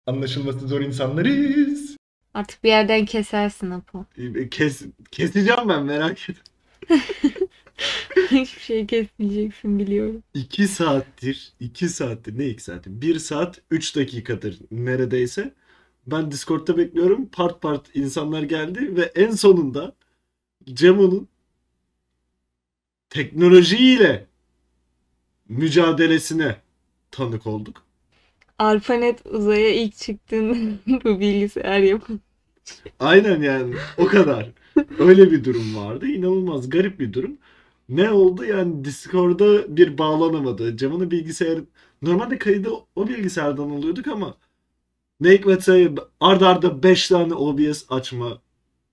Anlaşılması zor insanlarız. Artık bir yerden kesersin Apo. Keseceğim ben, merak etme. Hiçbir şey kesmeyeceksin biliyorum. 2 saattir, ne 2 saattir? 1 saat 3 dakikadır neredeyse. Ben Discord'da bekliyorum. Part part insanlar geldi ve en sonunda Cemo'nun teknolojiyle mücadelesine tanık olduk. Arpanet uzaya ilk çıktığında bu bilgisayar yapın. Aynen, yani o kadar. Öyle bir durum vardı. İnanılmaz garip bir durum. Ne oldu yani, Discord'da bir bağlanamadı. Cemo'nun bilgisayarı normalde kaydı o bilgisayardan alıyorduk ama ne hikmetse arda arda 5 tane OBS açma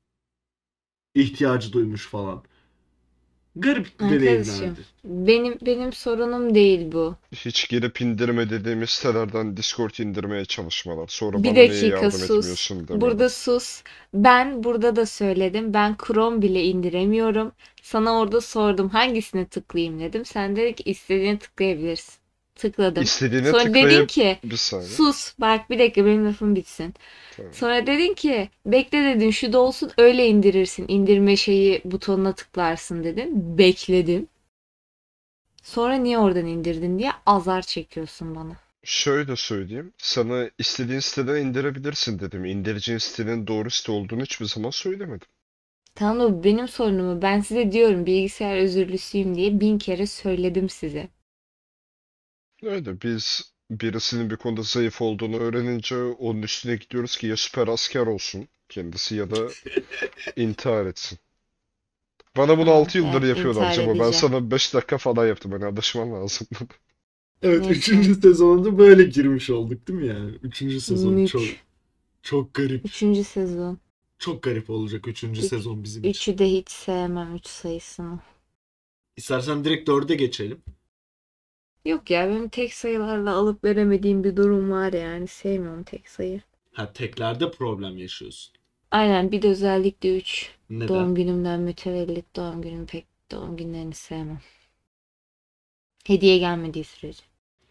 ihtiyacı duymuş falan. Garip Arkadaşım, deneyimlerdi. benim sorunum değil bu. Hiç girip indirme dediğimiz sitelerden Discord indirmeye çalışmalar. Sonra Bir bana niye dakika yardım sus. etmiyorsun Burada demeler. sus. Ben burada da söyledim. Ben Chrome bile indiremiyorum. Sana orada sordum hangisine tıklayayım dedim. Sen dedin ki istediğini tıklayabilirsin. Tıkladım. İstediğine Sonra dedin tıklayıp ki bir saniye. sus bak bir dakika benim lafım bitsin. Tamam. Sonra dedin ki bekle dedin şu da olsun öyle indirirsin. İndirme şeyi butonuna tıklarsın dedin. Bekledim. Sonra niye oradan indirdin diye azar çekiyorsun bana. Şöyle söyleyeyim. Sana istediğin siteden indirebilirsin dedim. İndireceğin sitenin doğru site olduğunu hiçbir zaman söylemedim. Tamam da bu benim sorunumu ben size diyorum bilgisayar özürlüsüyüm diye 1000 kere söyledim size. Öyle biz birisinin bir konuda zayıf olduğunu öğrenince onun üstüne gidiyoruz ki ya süper asker olsun kendisi ya da intihar etsin. Bana bunu Aa, 6 yıldır ben yapıyorlar intihar Cemo. Ben edeceğim. sana 5 dakika falan yaptım. Hani alışman lazım. Evet, Neyse. 3. sezonda böyle girmiş olduk değil mi yani? Üçüncü sezon çok Mük. çok garip. Üçüncü sezon. Çok garip olacak üçüncü Üç, sezon bizim için. üçü de hiç sevmem üç sayısını. İstersen direkt 4'e geçelim. Yok ya benim tek sayılarla alıp veremediğim bir durum var yani. Sevmiyorum tek sayı. Ha, teklerde problem yaşıyorsun. Aynen bir de özellikle 3. Neden? Doğum günümden mütevellit doğum günüm pek doğum günlerini sevmem. Hediye gelmediği sürece.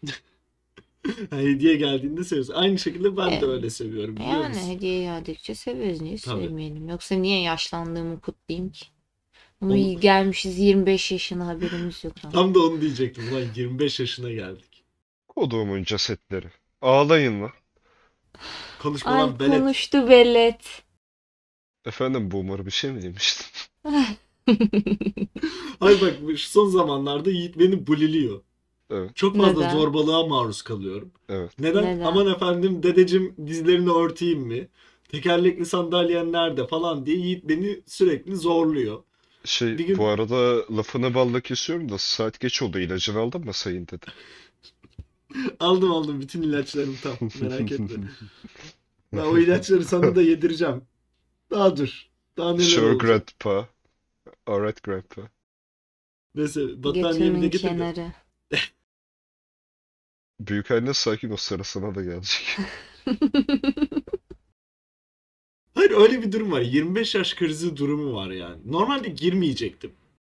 Ha, hediye geldiğinde seviyorsun. Aynı şekilde ben de E, öyle seviyorum, biliyor Yani musun? hediye geldikçe seviyoruz. Niye Tabii. sevmeyelim? Yoksa niye yaşlandığımı kutlayayım ki? Ama Onu, gelmişiz 25 yaşına haberimiz yok ama. tam da onu diyecektim. Ulan 25 yaşına geldik. Koduğumun cesetleri. Ağlayın lan. Konuşma Ay lan belet. konuştu velet. Efendim boomer bir şey mi demiştin? Ay bak, şu son zamanlarda Yiğit beni buliliyor. Evet, Çok fazla Neden? zorbalığa maruz kalıyorum. evet. Neden? Neden? Aman efendim dedeciğim, dizlerini örteyim mi? Tekerlekli sandalyen nerede falan diye Yiğit beni sürekli zorluyor. Şey Bir bu gün arada lafını balla kesiyorum da saat geç oldu ilacını aldın mı sayın dedi. aldım bütün ilaçlarım tam, merak etme. Ben o ilaçları sana da yedireceğim. Daha dur. Daha neler Sure olacak. grandpa. Alright grandpa. Neyse, battaniyemi de Götümün getir de. kenarı. Büyükanne sakin o sıra sana da gelecek. Hayır, öyle bir durum var. 25 yaş krizi durumu var yani. Normalde girmeyecektim.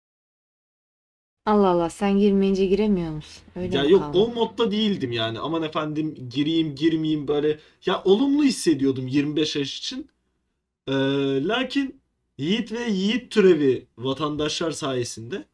Allah Allah sen girmeyince giremiyor musun? Öyle Ya mi yok, kaldı? o modda değildim yani. Aman efendim gireyim girmeyeyim böyle. Ya olumlu hissediyordum 25 yaş için. Ee, lakin Yiğit ve Yiğit türevi vatandaşlar sayesinde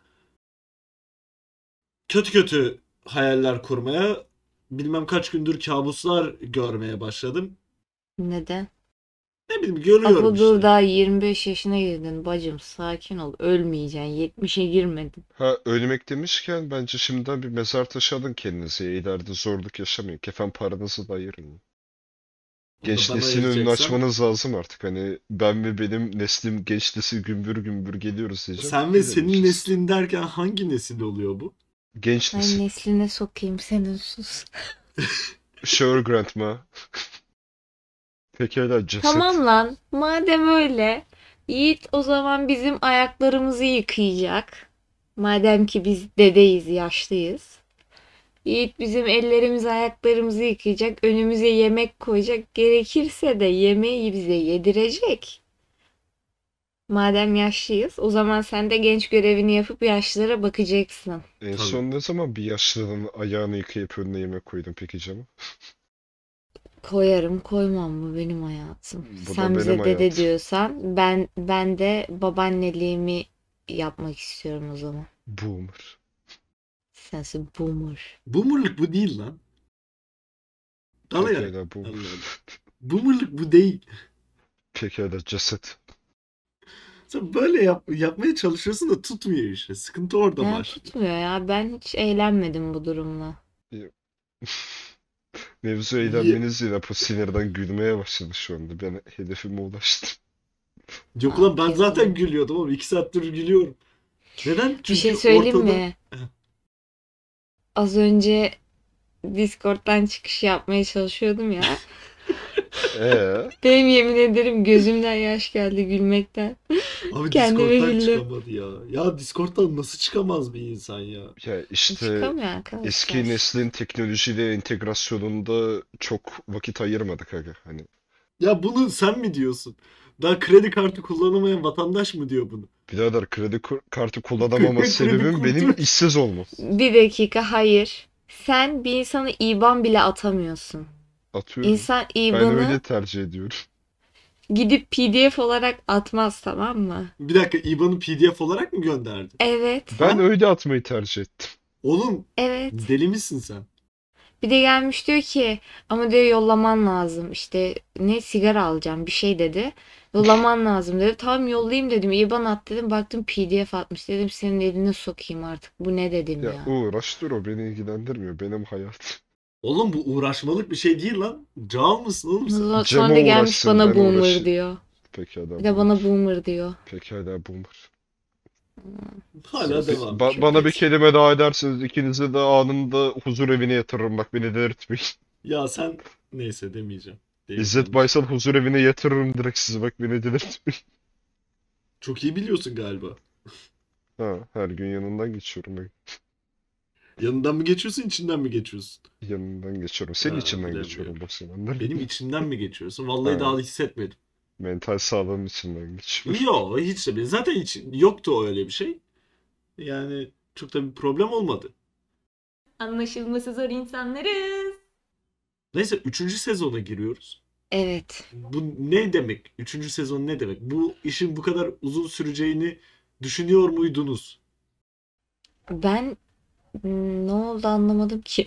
kötü kötü hayaller kurmaya, bilmem kaç gündür kabuslar görmeye başladım. Neden? Ne bileyim, görüyorum Apo dur işte. daha 25 yaşına girdin bacım sakin ol ölmeyeceksin 70'e girmedin. Ha ölmek demişken bence şimdiden bir mezar taşı alın kendinize. İleride zorluk yaşamayın. Kefen paranızı da ayırın. Onu da Genç bana neslin önünü ayıracaksan, açmanız lazım artık. Hani ben ve benim neslim genç nesil gümbür gümbür geliyoruz diyeceğim. sen ve senin Gelemeyeceğiz. neslin derken hangi nesil oluyor bu? Genç Ay nesil. nesline sokayım senin sus. Sure grandma. Pekala ceset. Tamam lan madem öyle Yiğit o zaman bizim ayaklarımızı yıkayacak. Madem ki biz dedeyiz yaşlıyız. Yiğit bizim ellerimizi ayaklarımızı yıkayacak. Önümüze yemek koyacak. Gerekirse de yemeği bize yedirecek. Madem yaşlıyız, o zaman sen de genç görevini yapıp yaşlılara bakacaksın. En Tabii. son ne zaman bir yaşlının ayağını yıkayıp önüne yemek koydun peki canım? Koyarım koymam mı benim hayatım. Bu da Sen benim bize dede hayatım. diyorsan ben de babaanneliğimi yapmak istiyorum o zaman. Boomer. Sensin boomer. Boomerlık bu değil lan. Dalayarak. Pekala boomer. Allah Allah. Boomerlık bu değil. Pekala ceset. Sen böyle yapmaya çalışıyorsun da tutmuyor işte. Sıkıntı orada Yani başlıyor. tutmuyor ya. Ben hiç eğlenmedim bu durumla. Mevzu Ye- eğlenmeniz değil. Bu sinirden gülmeye başladı şu anda. Ben hedefime ulaştım. Yok Aa, lan ben zaten gülüyordum ama 2 saattir gülüyorum. Neden? Bir şey Çünkü söyleyeyim ortada mi? Az önce Discord'dan çıkış yapmaya çalışıyordum ya. Ee, Benim yemin ederim gözümden yaş geldi gülmekten. abi Kendime Discord'dan güldüm. çıkamadı ya. Ya Discord'dan nasıl çıkamaz bir insan ya? ya işte Çıkamıyor eski arkadaşlar. neslin teknolojiyle entegrasyonunda çok vakit ayırmadık aga. Hani Ya bunu sen mi diyorsun? Daha kredi kartı kullanamayan vatandaş mı diyor bunu? birader kartı kullanamama Kredi sebebim benim kartı. işsiz olmam. Bir dakika hayır. Sen bir insana IBAN bile atamıyorsun. Atıyorum. İnsan Ben öyle IBAN'ı tercih ediyorum. gidip PDF olarak atmaz tamam mı? Bir dakika IBAN'ı PDF olarak mı gönderdi? Evet. Ben Ha? öyle atmayı tercih ettim. Oğlum Evet. deli misin sen? Bir de gelmiş diyor ki ama diyor yollaman lazım. İşte ne sigara alacağım bir şey dedi. Yollaman lazım dedi. Tamam yollayayım dedim. IBAN at dedim. Baktım PDF atmış. Dedim senin eline sokayım artık. Bu ne dedim Ya ya. uğraş o beni ilgilendirmiyor. Benim hayatım. Oğlum bu uğraşmalık bir şey değil lan. Cağ mısın oğlum sen? Cem'e Sonra da gelmiş uğraşsın bana ben boomer uğraşayım. diyor. Bir Pekala de bana boomer. boomer diyor. Pekala boomer. Hala devam. Bana bir Köpeksin. kelime daha ederseniz ikinizi de anında huzur evine yatırırım. Bak beni delirtmeyin. Ya sen neyse demeyeceğim. İzzet Delikanlı. Baysal huzur evine yatırırım direkt sizi. Bak beni delirtmeyin. Çok iyi biliyorsun galiba. Ha, her gün yanından geçiyorum. Ben. Yanından mı geçiyorsun, içinden mi geçiyorsun? Yanından geçiyorum. Senin Ha, içinden bilemiyorum. geçiyorum bak senin. Benim içimden mi geçiyorsun? Vallahi Ha, daha hissetmedim. mental sağlığın içinden geçiyorum. Yok hiç de. Zaten hiç yoktu öyle bir şey. Yani çok da bir problem olmadı. Anlaşılması zor insanlarız. Neyse 3. sezona giriyoruz. Evet. Bu ne demek? 3. sezon ne demek? Bu işin bu kadar uzun süreceğini düşünüyor muydunuz? Ben ne oldu anlamadım ki.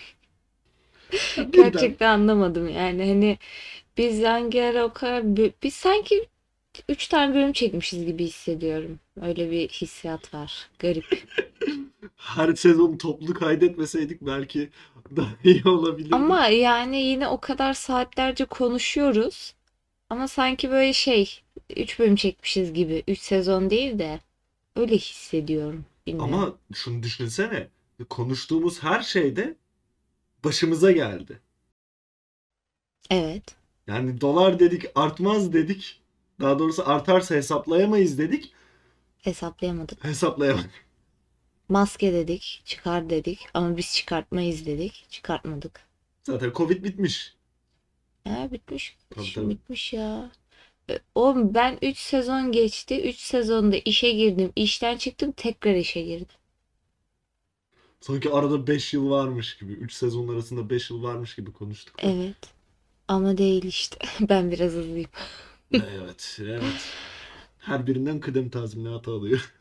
Birden. Gerçekten anlamadım yani. Hani biz hangi ara o kadar biz sanki 3 tane bölüm çekmişiz gibi hissediyorum. Öyle bir hissiyat var. Garip. Her sezon toplu kaydetmeseydik belki daha iyi olabilirdi. Ama yani yine o kadar saatlerce konuşuyoruz. Ama sanki böyle 3 bölüm çekmişiz gibi. 3 sezon değil de öyle hissediyorum. Bilmiyorum. Ama şunu düşünsene. Konuştuğumuz her şeyde başımıza geldi. Evet. Yani dolar dedik artmaz dedik. Daha doğrusu artarsa hesaplayamayız dedik. Hesaplayamadık. Hesaplayamadık. Maske dedik, çıkar dedik ama biz çıkartmayız dedik. Çıkartmadık. Zaten Covid bitmiş. Ya bitmiş. Tabii İşim tabii. bitmiş ya. Ben 3 sezon geçti. 3 sezonda işe girdim. İşten çıktım tekrar işe girdim. Sanki arada 5 yıl varmış gibi. 3 sezon arasında 5 yıl varmış gibi konuştuk da. Evet. Ama değil işte. Ben biraz hızlıyım. Evet, evet. Her birinden kıdem tazminatı alıyor.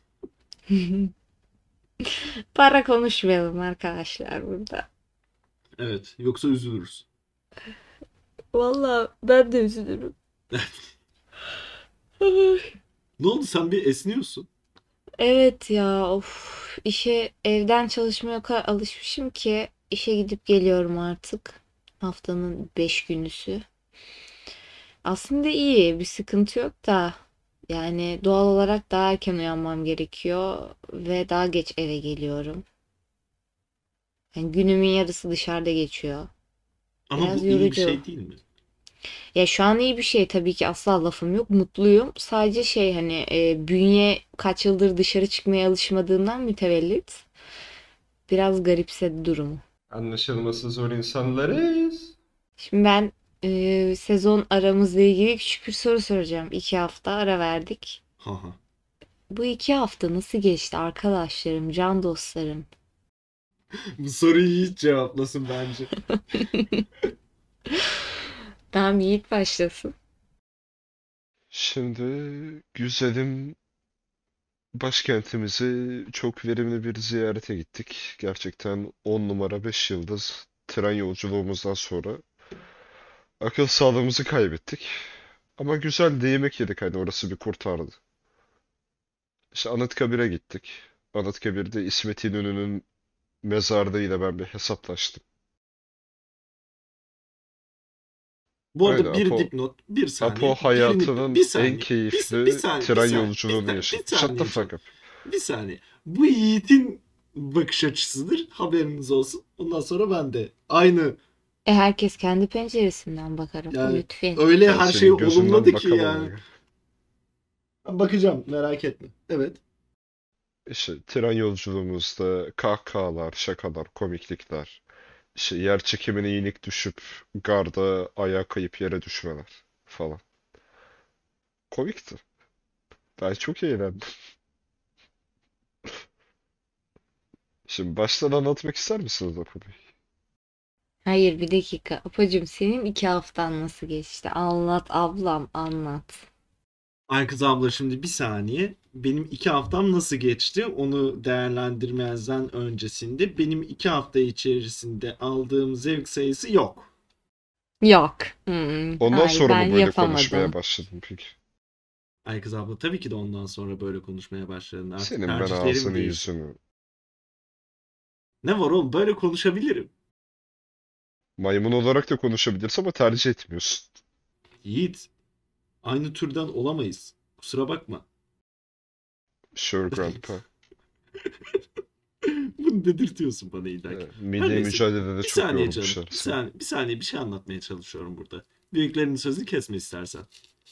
Para konuşmayalım arkadaşlar burada. Evet, yoksa üzülürüz. Vallahi ben de üzülürüm. Ne oldu sen bir esniyorsun? Evet ya of işe evden çalışmaya o kadar alışmışım ki işe gidip geliyorum artık. Haftanın 5 günüsü. Aslında iyi bir sıkıntı yok da yani doğal olarak daha erken uyanmam gerekiyor ve daha geç eve geliyorum. Yani günümün yarısı dışarıda geçiyor. Ama Biraz bu iyi bir yorucu. şey değil mi? Ya şu an iyi bir şey tabii ki asla lafım yok. Mutluyum. Sadece hani bünye kaç yıldır dışarı çıkmaya alışmadığından mütevellit. Biraz garipsedi durumu. Anlaşılması zor insanlarız. Şimdi ben sezon aramızla ilgili küçük bir soru soracağım. 2 hafta ara verdik. Ha ha. Bu 2 hafta nasıl geçti arkadaşlarım, can dostlarım? Bu soruyu hiç cevaplasın bence. Tamam, Yiğit başlasın. Şimdi güzelim başkentimizi çok verimli bir ziyarete gittik. Gerçekten 10 numara 5 yıldız tren yolculuğumuzdan sonra akıl sağlığımızı kaybettik. Ama güzel de yemek yedik, hani orası bir kurtardı. İşte Anıtkabir'e gittik. Anıtkabir'de İsmet İnönü'nün mezarlığıyla ben bir hesaplaştım. Bu Öyle arada bir Apo. dipnot, bir Apo saniye, hayatının bir en saniye, bir keyifli saniye, tren yolculuğunu bir yaşadı. Shut the saniye fuck canım. up. Bir saniye. Bu Yiğit'in bakış açısıdır. Haberiniz olsun. Ondan sonra ben de aynı, Herkes kendi penceresinden bakar ama yani lütfen. öyle Ben her şeyi senin gözünden olumladı ki bakamam yani. aga. Ben bakacağım, merak etme. Evet. İşte tren yolculuğumuzda kahkahalar, şakalar, komiklikler. İşte yer çekimine yenik düşüp garda ayağa kayıp yere düşmeler falan. Komikti. Ben çok eğlendim. Şimdi baştan anlatmak ister misiniz Apo Bey? Hayır, bir dakika. Apacığım, senin 2 haftan nasıl geçti? Anlat ablam, anlat. Ay kız abla, şimdi bir saniye. Benim 2 haftam nasıl geçti? Onu değerlendirmezden öncesinde benim 2 hafta içerisinde aldığım zevk sayısı yok. Yok. Ondan Hayır, sonra ben mı böyle konuşmaya yapamadım. başladın peki? Ay kız abla, tabii ki de ondan sonra böyle konuşmaya başladın. Artık Senin ben tercihlerim ağzını değişti. yüzünü. Ne var oğlum, böyle konuşabilirim. Maymun olarak da konuşabilirsin ama tercih etmiyorsun. Yiğit, aynı türden olamayız. Kusura bakma. Sure Grandpa. Bunu dedirtiyorsun bana illa ki. Her Milli neyse. mücadelede Bir çok saniye canım. yormuşlar Bir seni. saniye, bir saniye, bir şey anlatmaya çalışıyorum burada. Büyüklerinin sözünü kesme istersen.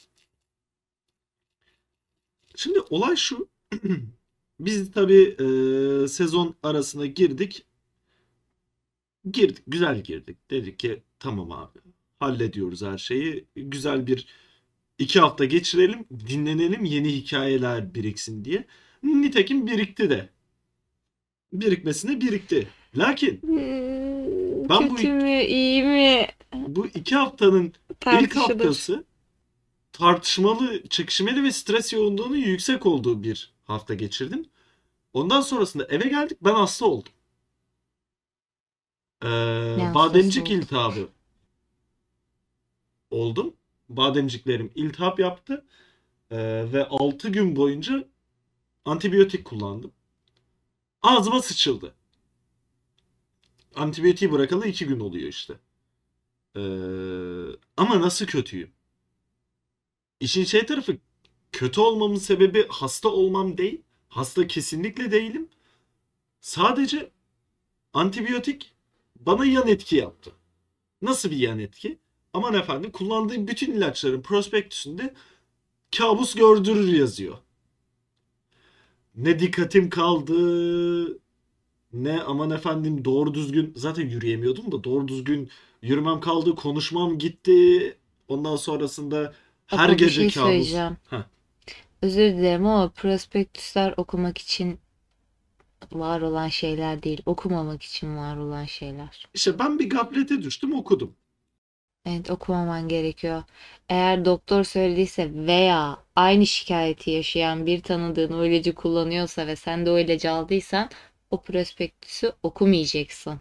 Şimdi olay şu. Biz tabii sezon arasına girdik. Girdik, güzel girdik. Dedik ki tamam abi. Hallediyoruz her şeyi. Güzel bir 2 hafta geçirelim, dinlenelim, yeni hikayeler biriksin diye. Nitekim birikti de. Birikmesine birikti. Lakin ben bu Kötü mü, iyi mi bu 2 haftanın ilk tartışılır. haftası tartışmalı, çekişmeli ve stres yoğunluğunun yüksek olduğu bir hafta geçirdim. Ondan sonrasında eve geldik, ben hasta oldum. Ne hastası Bademcik oldu? iltihabı oldum. Bademciklerim iltihap yaptı. Ve 6 gün boyunca antibiyotik kullandım. Ağzıma sıçıldı. Antibiyotiği bırakalı 2 gün oluyor işte. Ee, Ama nasıl kötüyüm? İşin şey tarafı, kötü olmamın sebebi hasta olmam değil. Hasta kesinlikle değilim. Sadece antibiyotik bana yan etki yaptı. Nasıl bir yan etki? Aman efendim, kullandığım bütün ilaçların prospektüsünde kabus gördürür yazıyor. Ne dikkatim kaldı, ne aman efendim doğru düzgün, zaten yürüyemiyordum da doğru düzgün yürümem kaldı, konuşmam gitti. Ondan sonrasında her Apo, bir gece şey kabus. söyleyeceğim. Heh. Özür dilerim ama prospektüsler okumak için var olan şeyler değil, okumamak için var olan şeyler. İşte ben bir gaflete düştüm, okudum. Evet, okumaman gerekiyor. Eğer doktor söylediyse veya aynı şikayeti yaşayan bir tanıdığın o ilacı kullanıyorsa ve sen de o ilacı aldıysan o prospektüsü okumayacaksın.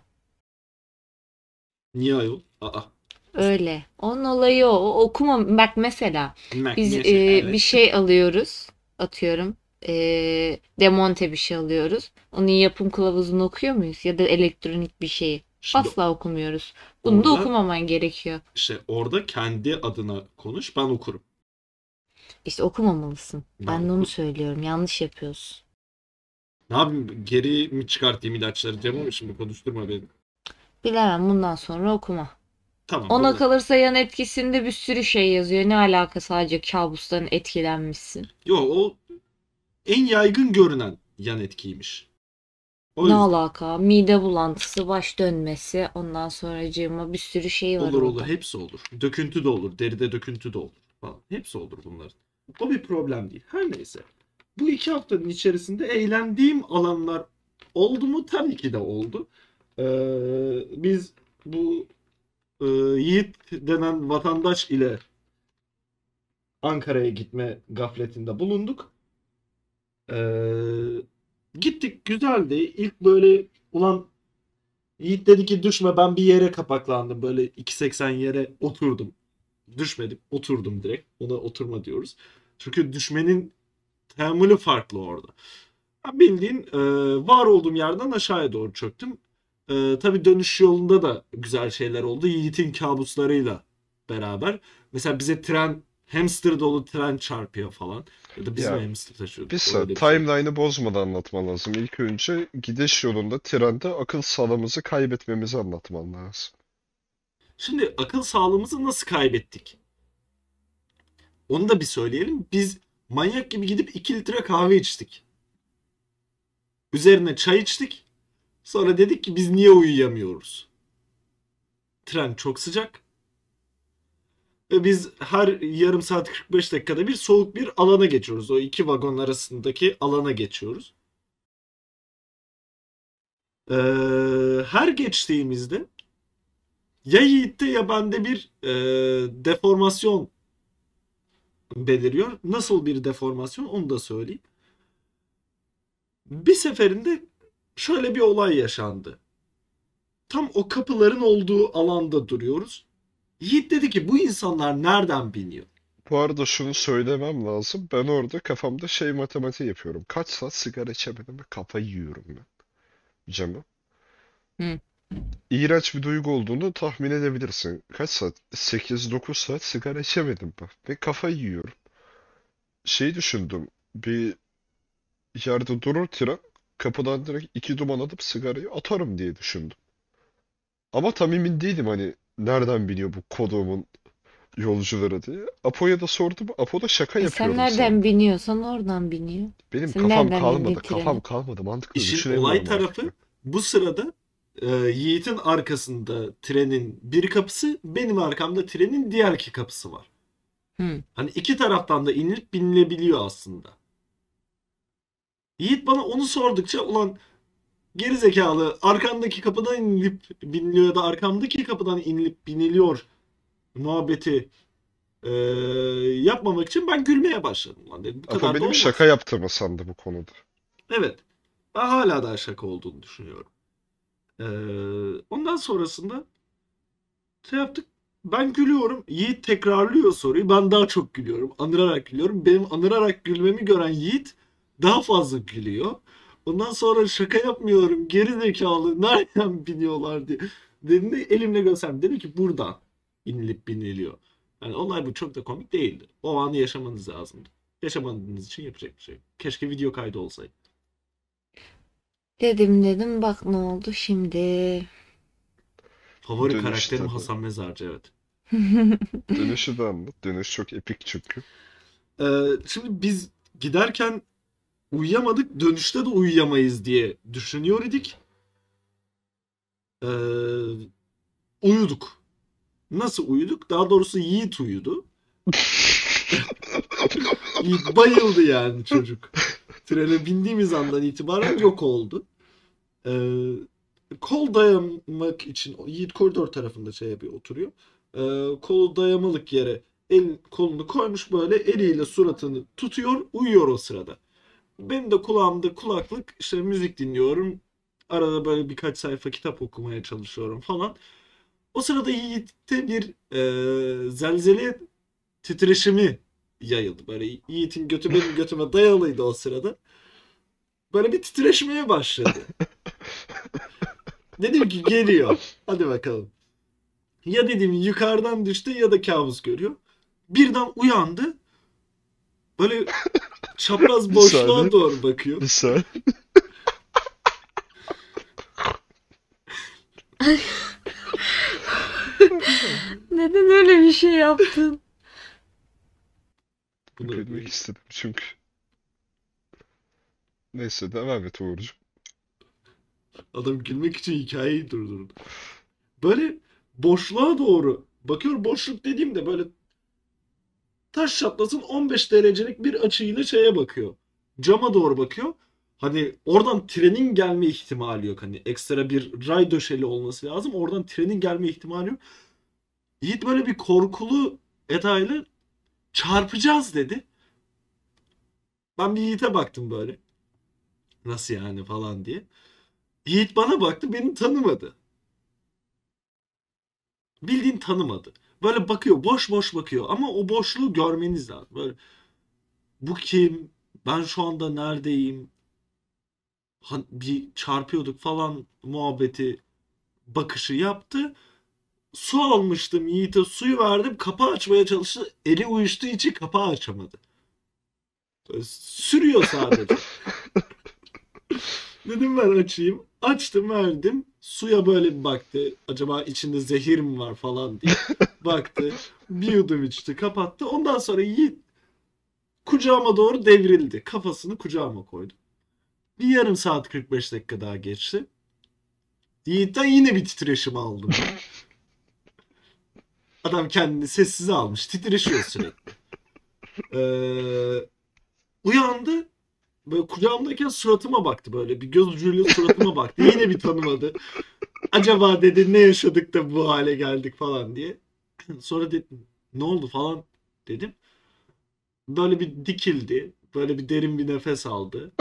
Niye ayol? Aa. Öyle. Onun olayı o. O okuma. Bak mesela biz Neyse, bir evet. şey alıyoruz. Atıyorum. Demonte bir şey alıyoruz. Onun yapım kılavuzunu okuyor muyuz? Ya da elektronik bir şeyi. Şimdi Asla okumuyoruz. Bunu da orada okumaman gerekiyor. işte orada kendi adına konuş, ben okurum. İşte okumamalısın. Ben Ben de onu okurum. söylüyorum. Yanlış yapıyorsun. Ne yapayım, geri mi çıkartayım ilaçları Cem, şimdi konuşturma beni. Bilemem, bundan sonra okuma. Tamam, Ona bunu. kalırsa yan etkisinde bir sürü şey yazıyor. Ne alaka, sadece kabusların etkilenmişsin. Yo, o en yaygın görünen yan etkiymiş. O Ne yüzden. alaka? Mide bulantısı, baş dönmesi, ondan sonracığıma bir sürü şey var Olur olur, orada. hepsi olur. Döküntü de olur, deride döküntü de olur falan. Hepsi olur bunların. O bir problem değil. Her neyse. Bu 2 haftanın içerisinde eğlendiğim alanlar oldu mu? Tabii ki de oldu. Biz bu Yiğit denen vatandaş ile Ankara'ya gitme gafletinde bulunduk. Ee, Gittik, güzeldi. İlk böyle ulan Yiğit dedi ki düşme, ben bir yere kapaklandım. Böyle 2,80 yere oturdum. Düşmedim, oturdum direkt. Ona oturma diyoruz. Çünkü düşmenin teamülü farklı orada. Ben bildiğin var olduğum yerden aşağıya doğru çöktüm. Tabii dönüş yolunda da güzel şeyler oldu. Yiğit'in kabuslarıyla beraber. Mesela bize tren, hamster dolu tren çarpıyor falan. Ya da biz mi Ya hamster bir taşıyorduk? saat Öyle bir şey. timeline'ı bozmadan anlatman lazım. İlk önce gidiş yolunda trende akıl sağlığımızı kaybetmemizi anlatman lazım. Şimdi akıl sağlığımızı nasıl kaybettik? Onu da bir söyleyelim. Biz manyak gibi gidip 2 litre kahve içtik. Üzerine çay içtik. Sonra dedik ki biz niye uyuyamıyoruz? Tren çok sıcak. Ve biz her yarım saat 45 dakikada bir soğuk bir alana geçiyoruz. O iki vagon arasındaki alana geçiyoruz. Her geçtiğimizde ya Yiğit'te ya bende bir deformasyon beliriyor. Nasıl bir deformasyon onu da söyleyeyim. Bir seferinde şöyle bir olay yaşandı. Tam o kapıların olduğu alanda duruyoruz. Yiğit dedi ki bu insanlar nereden biniyor? Bu arada şunu söylemem lazım. Ben orada kafamda şey matematiği yapıyorum. Kaç saat sigara içemedim ve kafayı yiyorum ben. Cem'e. Hı. İğrenç bir duygu olduğunu tahmin edebilirsin. Kaç saat? 8-9 saat sigara içemedim ben. Ve kafayı yiyorum. Şey düşündüm. Bir yerde durur tren. Kapıdan direkt iki duman atıp sigarayı atarım diye düşündüm. Ama tam emin değilim hani nereden biliyor bu kodumun yolcuları diye. Apo'ya da sordum. Apo da şaka Sen yapıyorum nereden sandı. biniyorsan oradan biniyor. Benim Sen kafam nereden bindin kalmadı. Kafam trene? kalmadı. Mantıklı İşin olay düşünemiyorum artık tarafı ben. bu sırada Yiğit'in arkasında trenin bir kapısı, benim arkamda trenin diğer iki kapısı var. Hı. Hani iki taraftan da inilip binilebiliyor aslında. Yiğit bana onu sordukça ulan geri zekalı, arkandaki kapıdan inilip biniliyor ya da arkamdaki kapıdan inilip biniliyor muhabbeti e, yapmamak için ben gülmeye başladım. Lan dedim bu Apo kadar da benim şaka olmaz. yaptığımı sandı bu konuda. Evet, ben hala daha şaka olduğunu düşünüyorum. E, Ondan sonrasında şey yaptık. Ben gülüyorum. Yiğit tekrarlıyor soruyu. Ben daha çok gülüyorum. Anırarak gülüyorum. Benim anırarak gülmemi gören Yiğit daha fazla gülüyor. Ondan sonra şaka yapmıyorum. Geri zekalı. Nereden biniyorlar diye. Dediğinde elimle gösterdim. Dedim ki buradan inilip biniliyor. Yani olay bu, çok da komik değildi. O anı yaşamanız lazımdı. Yaşamadığınız için yapacak bir şey yok. Keşke video kaydı olsaydı. Dedim bak ne oldu şimdi. Favori karakterim Dönüşte de. Hasan Mezarcı, evet. Dönüşü de anlat. Dönüş çok epik çünkü. Şimdi biz giderken uyuyamadık. Dönüşte de uyuyamayız diye düşünüyor idik. Ee, Uyuduk. Nasıl uyuduk? Daha doğrusu Yiğit uyudu. Yiğit bayıldı yani çocuk. Trene bindiğimiz andan itibaren yok oldu. Ee, Kol dayamak için Yiğit koridor tarafında şey yapıyor, oturuyor. Kolu dayamalık yere kolunu koymuş, böyle eliyle suratını tutuyor, uyuyor o sırada. Benim de kulağımda kulaklık, işte müzik dinliyorum. Arada böyle birkaç sayfa kitap okumaya çalışıyorum falan. O sırada Yiğit'te bir zelzele titreşimi yayıldı. Böyle Yiğit'in götü benim götüme dayalıydı o sırada. Böyle bir titreşmeye başladı. Dedim ki geliyor. Hadi bakalım. Ya dedim yukarıdan düştü ya da kabus görüyor. Birden uyandı. Böyle çapraz Bir saniye. boşluğa doğru bakıyor. Bir saniye. Neden öyle bir şey yaptın? Bunu Gülmek istedim çünkü. Neyse devam et Uğurcuğum. adam gülmek için hikayeyi durdurdu. Böyle boşluğa doğru bakıyor. Boşluk dediğimde böyle taş çatlasın 15 derecelik bir açıyla şeye bakıyor. Cama doğru bakıyor. Hani oradan trenin gelme ihtimali yok. Hani ekstra bir ray döşeli olması lazım. Oradan trenin gelme ihtimali yok. Yiğit böyle bir korkulu edayla çarpacağız dedi. Ben bir Yiğit'e baktım böyle. Nasıl yani falan diye. Yiğit bana baktı, beni tanımadı. Bildiğin tanımadı. Böyle bakıyor, boş boş bakıyor ama o boşluğu görmeniz lazım. Böyle bu kim? Ben şu anda neredeyim? Bir çarpıyorduk falan muhabbeti, bakışı yaptı. Su almıştım Yiğit'e, suyu verdim, kapağı açmaya çalıştı. Eli uyuştuğu için kapağı açamadı. Böyle sürüyor sadece. Dedim ben açayım. Açtım, verdim. Suya böyle bir baktı. Acaba içinde zehir mi var falan diye. Baktı. Bir yudum içti, kapattı. Ondan sonra Yiğit kucağıma doğru devrildi. Kafasını kucağıma koydu. Bir yarım saat 45 dakika daha geçti. Yiğit'ten yine bir titreşim aldım ben. Adam kendini sessize almış. Titreşiyor sürekli. Ee, Uyandı. Böyle kucağımdayken suratıma baktı böyle. Bir göz ucuyla suratıma baktı. Yine bir tanımadı. Acaba dedi ne yaşadık da bu hale geldik falan diye. Sonra dedim ne oldu falan dedim. Böyle bir dikildi. Böyle bir derin bir nefes aldı.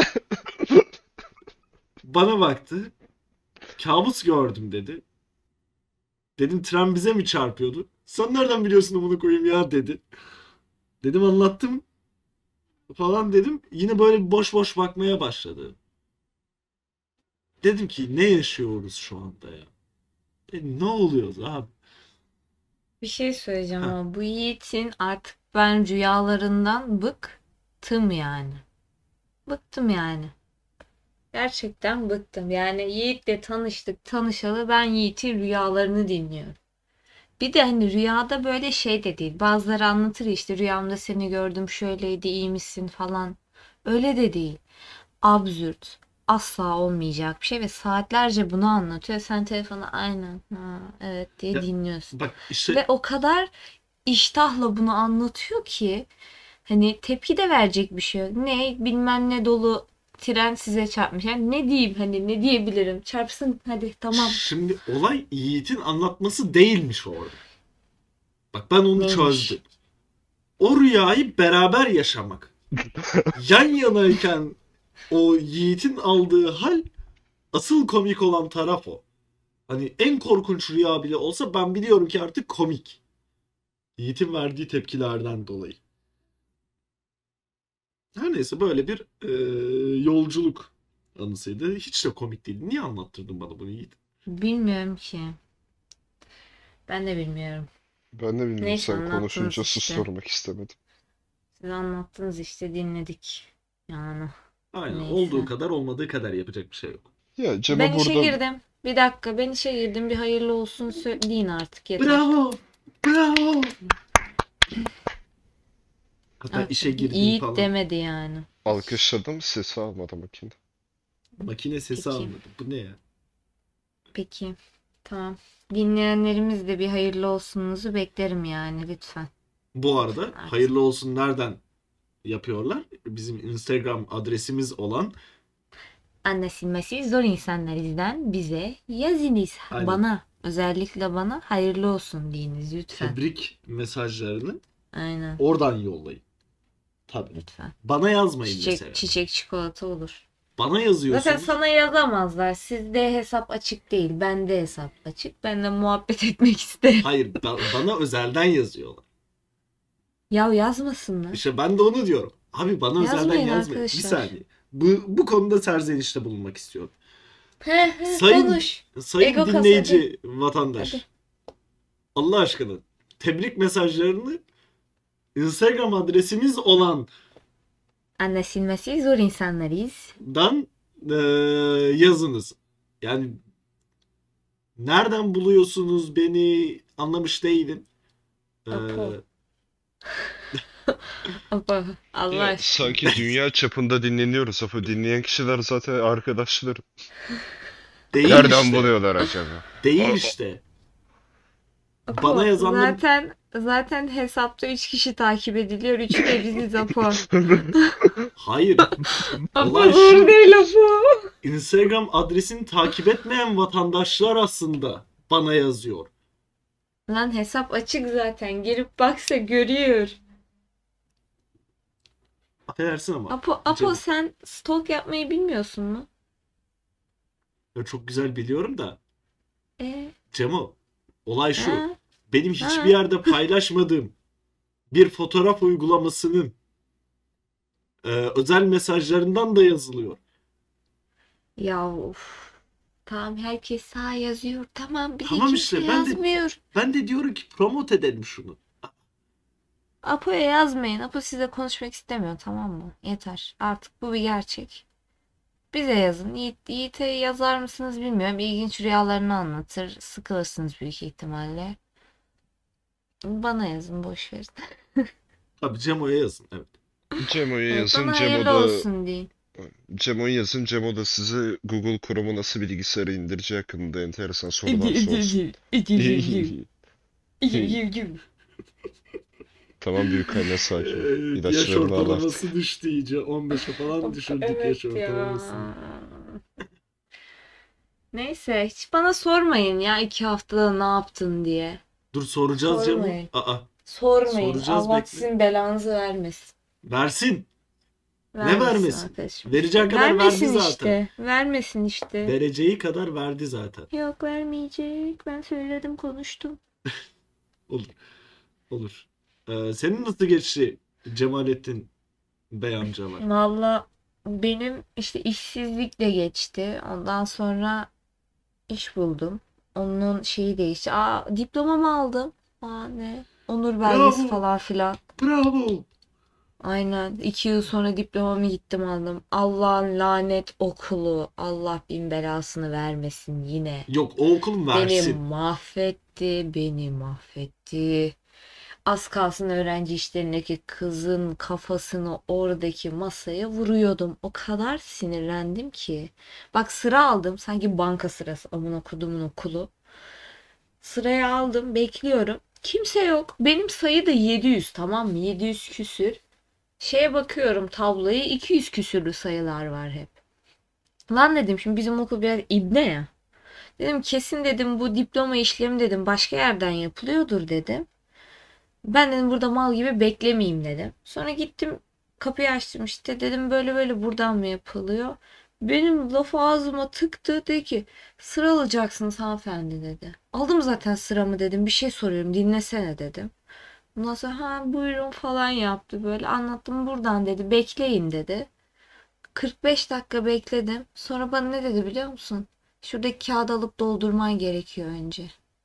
Bana baktı. Kabus gördüm dedi. Dedim tren bize mi çarpıyordu? Sen nereden biliyorsun bunu koyayım ya dedi. Dedim anlattım falan dedim. Yine böyle bir boş boş bakmaya başladı. Dedim ki ne yaşıyoruz şu anda ya? Ne oluyoruz abi? Bir şey söyleyeceğim Heh. ama bu Yiğit'in artık ben rüyalarından bıktım yani. Bıktım yani. Gerçekten bıktım. Yani Yiğit'le tanıştık, tanışalı ben Yiğit'in rüyalarını dinliyorum. Bir de hani rüyada böyle şey de değil. Bazıları anlatır ya, işte rüyamda seni gördüm, şöyleydi, iyi misin falan. Öyle de değil. Absürt. Asla olmayacak bir şey ve saatlerce bunu anlatıyor. Sen telefonu aynen ha, evet diye Ya, dinliyorsun. bak işte Ve o kadar iştahla bunu anlatıyor ki hani tepki de verecek bir şey yok. Ne bilmem ne dolu tren size çarpmış. Yani ne diyeyim, hani ne diyebilirim? Çarpsın hadi tamam. şimdi olay Yiğit'in anlatması değilmiş orada. Bak ben onu çözdüm. Neymiş? O rüyayı beraber yaşamak. Yan yanayken o Yiğit'in aldığı hal, asıl komik olan taraf o. Hani en korkunç rüya bile olsa ben biliyorum ki artık komik. Yiğit'in verdiği tepkilerden dolayı. Her neyse böyle bir yolculuk anısıydı. Hiç de komik değil. Niye anlattırdın bana bunu Yiğit? Bilmiyorum ki. Ben de bilmiyorum. Ben de bilmiyorum, Neyse sen anlattınız konuşunca işte. susturmak istemedim. Siz anlattınız işte, dinledik. Yani Aynen. Olduğu neyse. kadar olmadığı kadar, yapacak bir şey yok. Ya Ben Cem'e işe burada girdim. Bir dakika, ben işe girdim. Bir hayırlı olsun söyleyin artık, yeter. Bravo! Bravo! Hatta Evet, işe girdim Yiğit falan. demedi yani. alkışladım, sesi almadı makine. Makine sesi Peki. almadı. Bu ne ya? Peki. Tamam. Dinleyenlerimiz de bir hayırlı olsununuzu beklerim yani, lütfen. Bu arada Artık. hayırlı olsun nereden yapıyorlar? Bizim Instagram adresimiz olan, Anlaşılması zor insanlarızdan bize yazınız. aynen, Bana, özellikle bana hayırlı olsun deyiniz lütfen. tebrik mesajlarını Aynen. oradan yollayın. Tabii. Lütfen. Bana yazmayın mesela. Çiçek çikolata olur. Bana Zaten yazıyorsunuz. sana yazamazlar. Sizde hesap açık değil. Bende hesap açık. Benimle muhabbet etmek isterim. Hayır, bana özelden yazıyorlar. Ya yazmasınlar. İşte ben de onu diyorum. Abi bana özelden Yazmayın yazmayın. Bir arkadaşlar. saniye. Bu konuda serzenişte bulunmak istiyorum. He Sayın konuş. sayın Ego kas dinleyici hadi. vatandaş. Allah aşkına tebrik mesajlarını Instagram adresimiz olandan Anlaşılması zor insanlarız. eee, yazınız. Yani nereden buluyorsunuz beni, anlamış değilim. Eee, Apo. Apo. Allah Ya aşkına. sanki dünya çapında dinleniyoruz ama dinleyen kişiler zaten arkadaşlarım. Değil Nereden işte. buluyorlar acaba? Değil işte. Bana Apo. yazanların Zaten hesapta 3 kişi takip ediliyor. 3'ü de biziz Apo. hayır. Apo Olay doğru şu. değil Apo. Instagram adresini takip etmeyen vatandaşlar aslında bana yazıyor. Lan hesap açık zaten. Girip baksa görüyor. Affedersin ama. Apo Cemo. sen stalk yapmayı bilmiyorsun mu? Ya çok güzel biliyorum da. E, Cemo. Olay şu. ha, Benim hiçbir ha. yerde paylaşmadığım bir fotoğraf uygulamasının özel mesajlarından da yazılıyor. Ya of. Tamam herkes sağ yazıyor. Tamam bize Tamam kimse işte yazmıyor. ben de diyorum ki promote edelim şunu. Apo'ya yazmayın. Apo size konuşmak istemiyor tamam mı? Yeter. Artık bu bir gerçek. Bize yazın. Yiğit'e yazar mısınız bilmiyorum. İlginç rüyalarını anlatır. Sıkılırsınız büyük ihtimalle. Bana yazın boş verin. Tabii Cemo'ya yazın. Evet. Cemo'ya Evet, yazın. bana Cemo hayırlı da olsun deyin. Cemo'ya yazın. Cemo da size Google Chrome'u nasıl bilgisayara indireceği hakkında enteresan sorular sorsun. Tamam büyük anne sakin ol. Evet, yaş İlaçlarını al artık. ortalaması düştü iyice. 15'e falan düşürdük yaş Evet ya. ortalamasını. Neyse hiç bana sormayın ya 2 haftada ne yaptın diye. Dur soracağız Cemo. Sormayın. Aa, Sormayın. soracağız Allah bekle. sizin belanızı vermesin. Versin. Ne Vermesin vermesin? arkadaşım. Vereceği kadar verdi Vermesin zaten. işte. Vermesin işte. Vereceği kadar verdi zaten. Yok vermeyecek. Ben söyledim konuştum. Olur. Olur. Senin nasıl geçti Cemalettin Bey amcalar? Valla benim işte işsizlikle geçti. Ondan sonra iş buldum. Onun şeyi değişti. Aa diplomamı aldım. Aa ne? Onur belgesi Bravo. falan filan. Bravo. Aynen. 2 yıl sonra diplomamı gittim aldım. Allah'ın lanet okulu. Allah bin belasını vermesin yine. Yok o okulun Beni versin. mahvetti. Beni mahvetti. Az kalsın öğrenci işlerindeki kızın kafasını oradaki masaya vuruyordum. O kadar sinirlendim ki. Bak sıra aldım. Sanki banka sırası. Amına kodumun okulu. Sırayı aldım. Bekliyorum. Kimse yok. Benim sayı da 700 tamam mı? 700 küsür. Şeye bakıyorum tabloyu 200 küsürlü sayılar var hep. Lan dedim şimdi bizim okul biraz ibne ya. Dedim kesin dedim bu diploma işlemi dedim başka yerden yapılıyordur dedim. Ben dedim burada mal gibi beklemeyeyim dedim. Sonra gittim kapıyı açtım işte dedim böyle böyle buradan mı yapılıyor? Benim lafı ağzıma tıktı dedi ki sıra alacaksınız hanımefendi dedi. Aldım zaten sıramı dedim bir şey soruyorum dinlesene dedim. Ondan sonra ha buyurun falan yaptı böyle anlattım buradan dedi bekleyin dedi. 45 dakika bekledim. Sonra bana ne dedi biliyor musun? Şuradaki kağıdı alıp doldurman gerekiyor önce.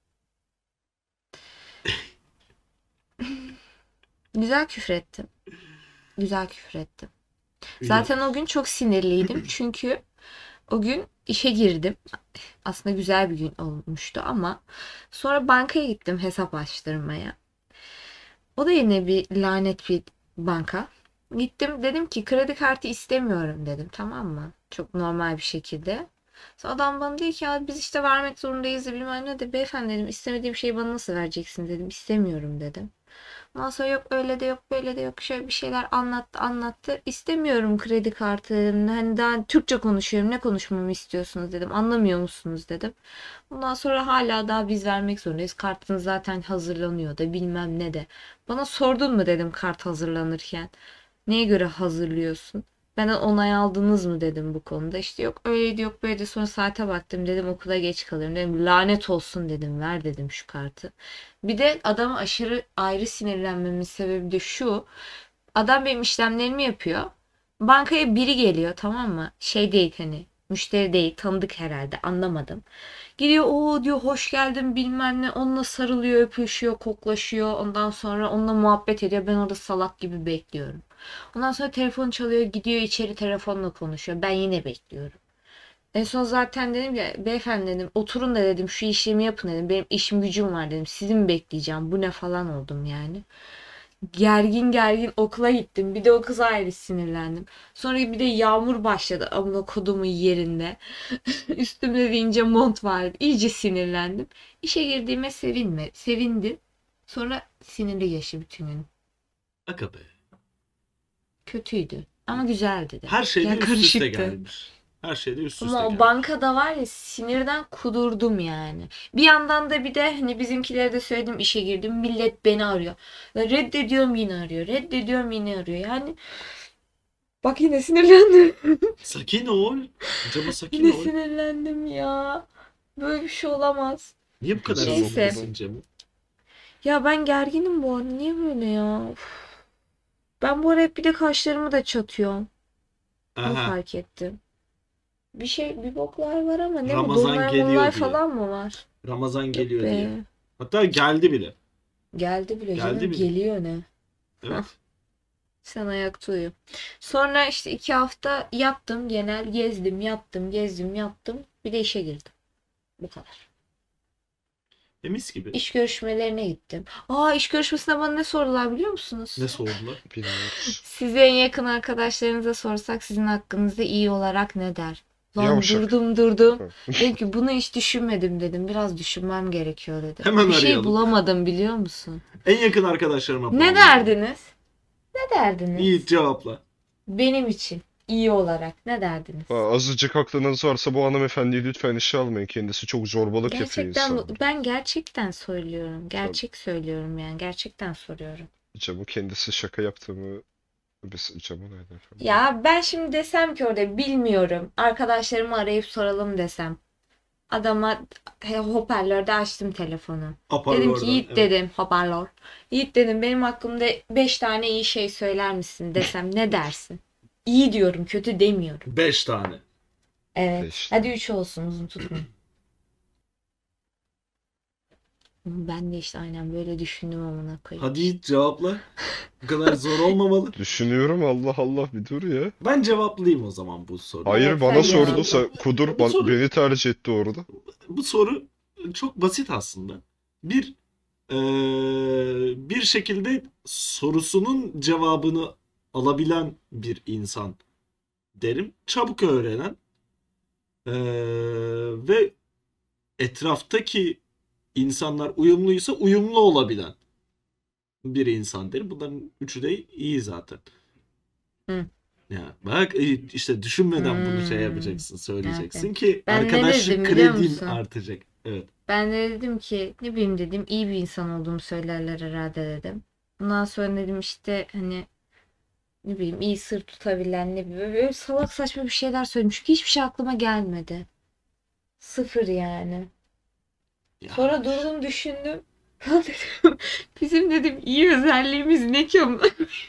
Güzel küfrettim. Güzel küfrettim. İyi Zaten o yapmış. gün çok sinirliydim. Çünkü o gün işe girdim. Aslında güzel bir gün olmuştu ama sonra bankaya gittim hesap açtırmaya. O da yine bir lanet bir banka. Gittim dedim ki kredi kartı istemiyorum dedim tamam mı? Çok normal bir şekilde. Sonra adam bana diyor ki ya biz işte vermek zorundayız da bilmem ne de beyefendi dedim istemediğim şeyi bana nasıl vereceksin dedim istemiyorum dedim. Ondan sonra yok öyle de yok böyle de yok şöyle bir şeyler anlattı. İstemiyorum kredi kartı dedim. Hani daha Türkçe konuşuyorum ne konuşmamı istiyorsunuz dedim. Anlamıyor musunuz dedim. Ondan sonra hala daha biz vermek zorundayız. Kartın zaten hazırlanıyor da bilmem ne de. Bana sordun mu dedim kart hazırlanırken. Neye göre hazırlıyorsun? Benden onay aldınız mı dedim bu konuda. İşte yok öyleydi yok böyleydi. Sonra saate baktım dedim okula geç kalıyorum dedim. Lanet olsun dedim ver dedim şu kartı. Bir de adama aşırı ayrı sinirlenmemin sebebi de şu. Adam benim işlemlerimi yapıyor. Bankaya biri geliyor tamam mı? Şey değil hani müşteri değil tanıdık herhalde anlamadım. Gidiyor o diyor hoş geldin bilmem ne onunla sarılıyor öpüşüyor koklaşıyor ondan sonra onunla muhabbet ediyor ben orada salak gibi bekliyorum. Ondan sonra telefon çalıyor gidiyor içeri telefonla konuşuyor ben yine bekliyorum. En son zaten dedim ya beyefendi dedim oturun da dedim şu işlemi yapın dedim benim işim gücüm var dedim sizi mi bekleyeceğim bu ne falan oldum yani. Gergin gergin okula gittim. Bir de o kıza ayrı sinirlendim. Sonra bir de yağmur başladı amına kodumun yerinde. Üstümde bir ince mont vardı. İyice sinirlendim. İşe girdiğime sevindim. Sonra sinirli geçti bütün gün. Aga be. Kötüydü. Ama güzeldi de. Her şeyde Yani üst üste karışıktı. gelmiş. Her şeyde üst üste Ama o gelmiş. bankada var ya sinirden kudurdum yani. Bir yandan da bir de hani bizimkilere de söyledim işe girdim. Millet beni arıyor. Ve reddediyorum yine arıyor. Reddediyorum yine arıyor. Yani bak yine sinirlendim. Sakin ol. Cama sakin Yine ol. sinirlendim ya. Böyle bir şey olamaz. Niye bu kadar Güzel Neyse. sinirlisin Cem'im? Ya ben gerginim bu arada. Niye böyle ya? Uf. Ben bu ara hep bir de kaşlarımı da çatıyorum. Onu Aha. fark ettim. Bir boklar var ama ne bu? Ramazan Dolunay geliyor molunay diye. falan mı var? Ramazan Yok geliyor diye. be. Hatta geldi bile. Geldi bile Geldi canım. bile. Geliyor ne? Evet. Sen ayakta uyu. Sonra işte 2 hafta yattım. Genel gezdim, yattım, gezdim, yattım. Bir de işe girdim. Bu kadar. Mis gibi. İş görüşmelerine gittim. İş görüşmesinde bana ne sordular biliyor musunuz? Ne sordular? Bilmiyoruz. Size en yakın arkadaşlarınıza sorsak sizin hakkınızda iyi olarak ne der? Lan Yavşak. durdum. Ha. Dedim ki bunu hiç düşünmedim dedim. Biraz düşünmem gerekiyor dedim. Hemen Bir şey arayalım. bulamadım biliyor musun? En yakın arkadaşlarıma Ne puan derdiniz? Ne derdiniz? Yiğit cevapla. Benim için iyi olarak ne derdiniz? Azıcık aklınız varsa bu hanımefendiyi lütfen işe almayın. Kendisi çok zorbalık yapıyor Gerçekten insanlara. ben gerçekten söylüyorum. Gerçek söylüyorum yani. Gerçekten soruyorum. Camı kendisi şaka yaptığımı biz camı nereden efendim? Ya ben şimdi desem ki orada bilmiyorum. Arkadaşlarımı arayıp soralım desem. Adama hoparlörde açtım telefonu. Dedim ki Hoparlörden. Yiğit Evet. dedim hoparlör. Yiğit dedim benim hakkımda 5 tane iyi şey söyler misin desem ne dersin? İyi diyorum kötü demiyorum. 5 tane. Evet. Beş Hadi tane. 3 olsun uzun tutmayın. Ben de işte aynen böyle düşündüm amına koyayım. Hadi Yiğit cevapla. Bu kadar zor olmamalı. Düşünüyorum, Allah Allah, bir dur ya. Ben cevaplayayım o zaman bu soruyu. Hayır, Evet, bana sen sordu. cevapla. Kudur Bu soru- beni tercih etti orada. Bu soru çok basit aslında. Bir şekilde sorusunun cevabını alabilen bir insan derim. Çabuk öğrenen eee, ve etraftaki insanlar uyumluysa uyumlu olabilen bir insan derim. Bunların üçü de iyi zaten. Hı. Ya bak işte düşünmeden bunu şey Hmm. yapacaksın, söyleyeceksin Evet. ki Ben ne arkadaşlık dedim biliyor kredin musun? artacak. Evet. Ben de dedim ki ne bileyim dedim iyi bir insan olduğumu söylerler herhalde dedim. Ondan sonra dedim işte hani ne bileyim iyi sır tutabilen ne bileyim böyle salak saçma bir şeyler söyledim. Çünkü hiçbir şey aklıma gelmedi. Sıfır yani. Ya, Sonra durdum düşündüm. Lan dedim, bizim dedim iyi özelliğimiz ne ki ama?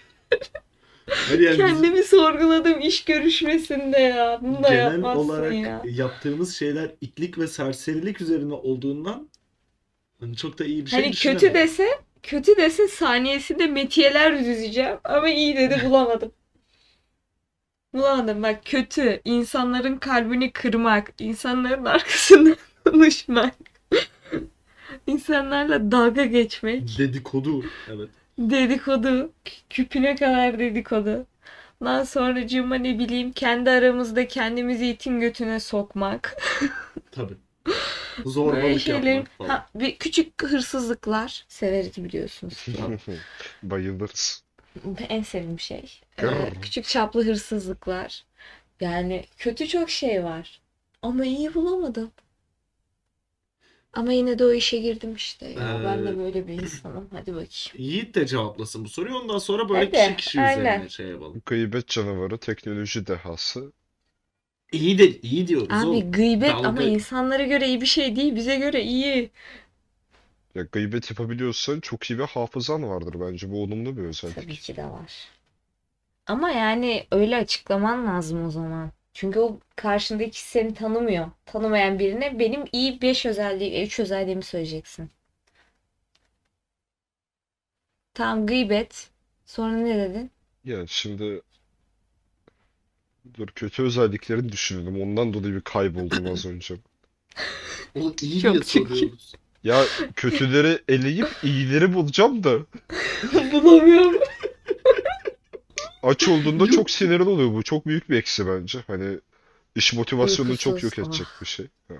hayır yani bizim Kendimi sorguladım iş görüşmesinde ya. Bunu da genel yapmazsın olarak ya. yaptığımız şeyler itlik ve serserilik üzerine olduğundan hani çok da iyi bir şey Hani düşünemiyorum. kötü dese saniyesinde metiyeler düzeceğim ama iyi dedi bulamadım. Bulamadım bak kötü insanların kalbini kırmak, insanların arkasından konuşmak, insanlarla dalga geçmek, Dedikodu. Evet. dedikodu, küpüne kadar dedikodu. Ondan sonracığıma ne bileyim kendi aramızda kendimizi itin götüne sokmak. Tabii. Böyle Zorbalık şeyler. yapmak falan. Ha, bir küçük hırsızlıklar severiz biliyorsunuz ki. Bayılırız. En sevdiğim şey. Grrr. Küçük çaplı hırsızlıklar. Yani kötü çok şey var. Ama iyi bulamadım. Ama yine de o işe girdim işte ya. Ben de Ee, böyle bir insanım. Hadi bakayım. Yiğit de cevaplasın bu soruyu. Ondan sonra böyle Hadi, kişi kişi üzerine aynen. şey yapalım. Gıybet canavarı, teknoloji dehası. İyi diyoruz Abi oğlum. gıybet ama Dalga insanlara göre iyi bir şey değil. Bize göre iyi. Ya gıybet yapabiliyorsan çok iyi bir hafızan vardır bence. Bu olumlu bir Tabii özellik. ki de var. Ama yani öyle açıklaman lazım o zaman. Çünkü o karşındaki seni tanımıyor. Tanımayan birine benim iyi 5 özelliği, 3 özelliğimi söyleyeceksin. Tamam gıybet. Sonra ne dedin? Ya şimdi dur, kötü özelliklerini düşünelim. Ondan dolayı bir kayboldum az önce. oğlum iyi diye Çok çünkü. soruyoruz. Ya kötüleri eleyip iyileri bulacağım da Bulamıyorum. aç olduğunda Yok. çok sinirli oluyor bu. Çok büyük bir eksi bence. Hani iş motivasyonunu çok Uykusuz. yok edecek Oh. bir şey. Ha.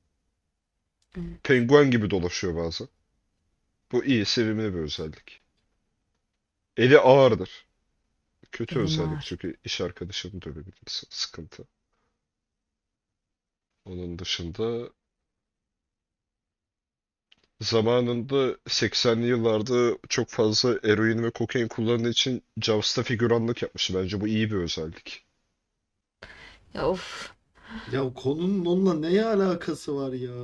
Evet. Penguen gibi dolaşıyor bazen. Bu iyi, sevimli bir özellik. Eli ağırdır. Kötü Elim özellik ağır. çünkü iş arkadaşını dövebilirsin. Sıkıntı. Onun dışında zamanında 80'li yıllarda çok fazla eroin ve kokain kullandığı için Jaws'ta figüranlık yapmıştı. Bence bu iyi bir özellik. Ya of. Ya konunun onunla neye alakası var ya?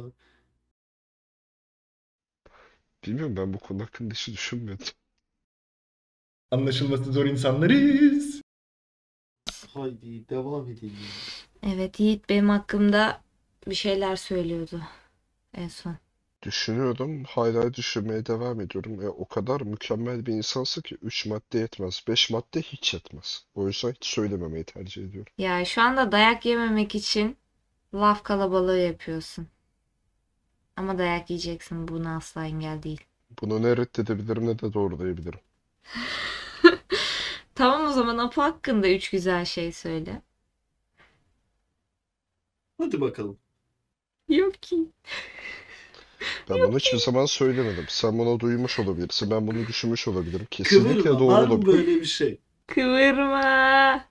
Bilmiyorum, ben bu konu hakkında hiç düşünmedim. Anlaşılması zor insanlarız. Haydi devam edelim. Evet, Yiğit benim hakkımda bir şeyler söylüyordu en son. Düşünüyordum, hala düşünmeye devam ediyorum. O kadar mükemmel bir insansın ki 3 madde yetmez, 5 madde hiç yetmez. O yüzden hiç söylememeyi tercih ediyorum. Ya şu anda dayak yememek için laf kalabalığı yapıyorsun. Ama dayak yiyeceksin. Buna asla engel değil. Bunu ne reddedebilirim ne de doğrulayabilirim. Tamam, o zaman Apo hakkında üç güzel şey söyle. Hadi bakalım. Yok ki. Ben bunu hiçbir zaman söylemedim. Sen bunu duymuş olabilirsin, ben bunu düşünmüş olabilirim. Kesinlikle Kıvırma. doğru Var mı olabilir. böyle bir şey? Kıvırma.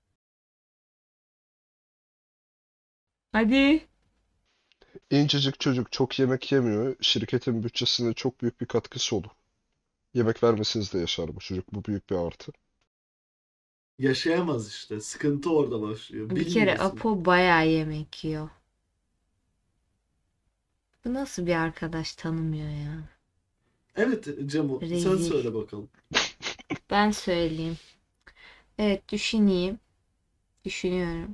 Hadi. İncecik çocuk çok yemek yemiyor. Şirketin bütçesine çok büyük bir katkısı olur. Yemek vermesiniz de yaşar bu çocuk. Bu büyük bir artı. Yaşayamaz işte. Sıkıntı orada başlıyor. Bir kere Bilmiyorsun. Apo bayağı yemek yiyor. Bu nasıl bir arkadaş, tanımıyor ya. Evet Cemo, sen Rezil. söyle bakalım. Ben söyleyeyim. Evet, düşüneyim. Düşünüyorum.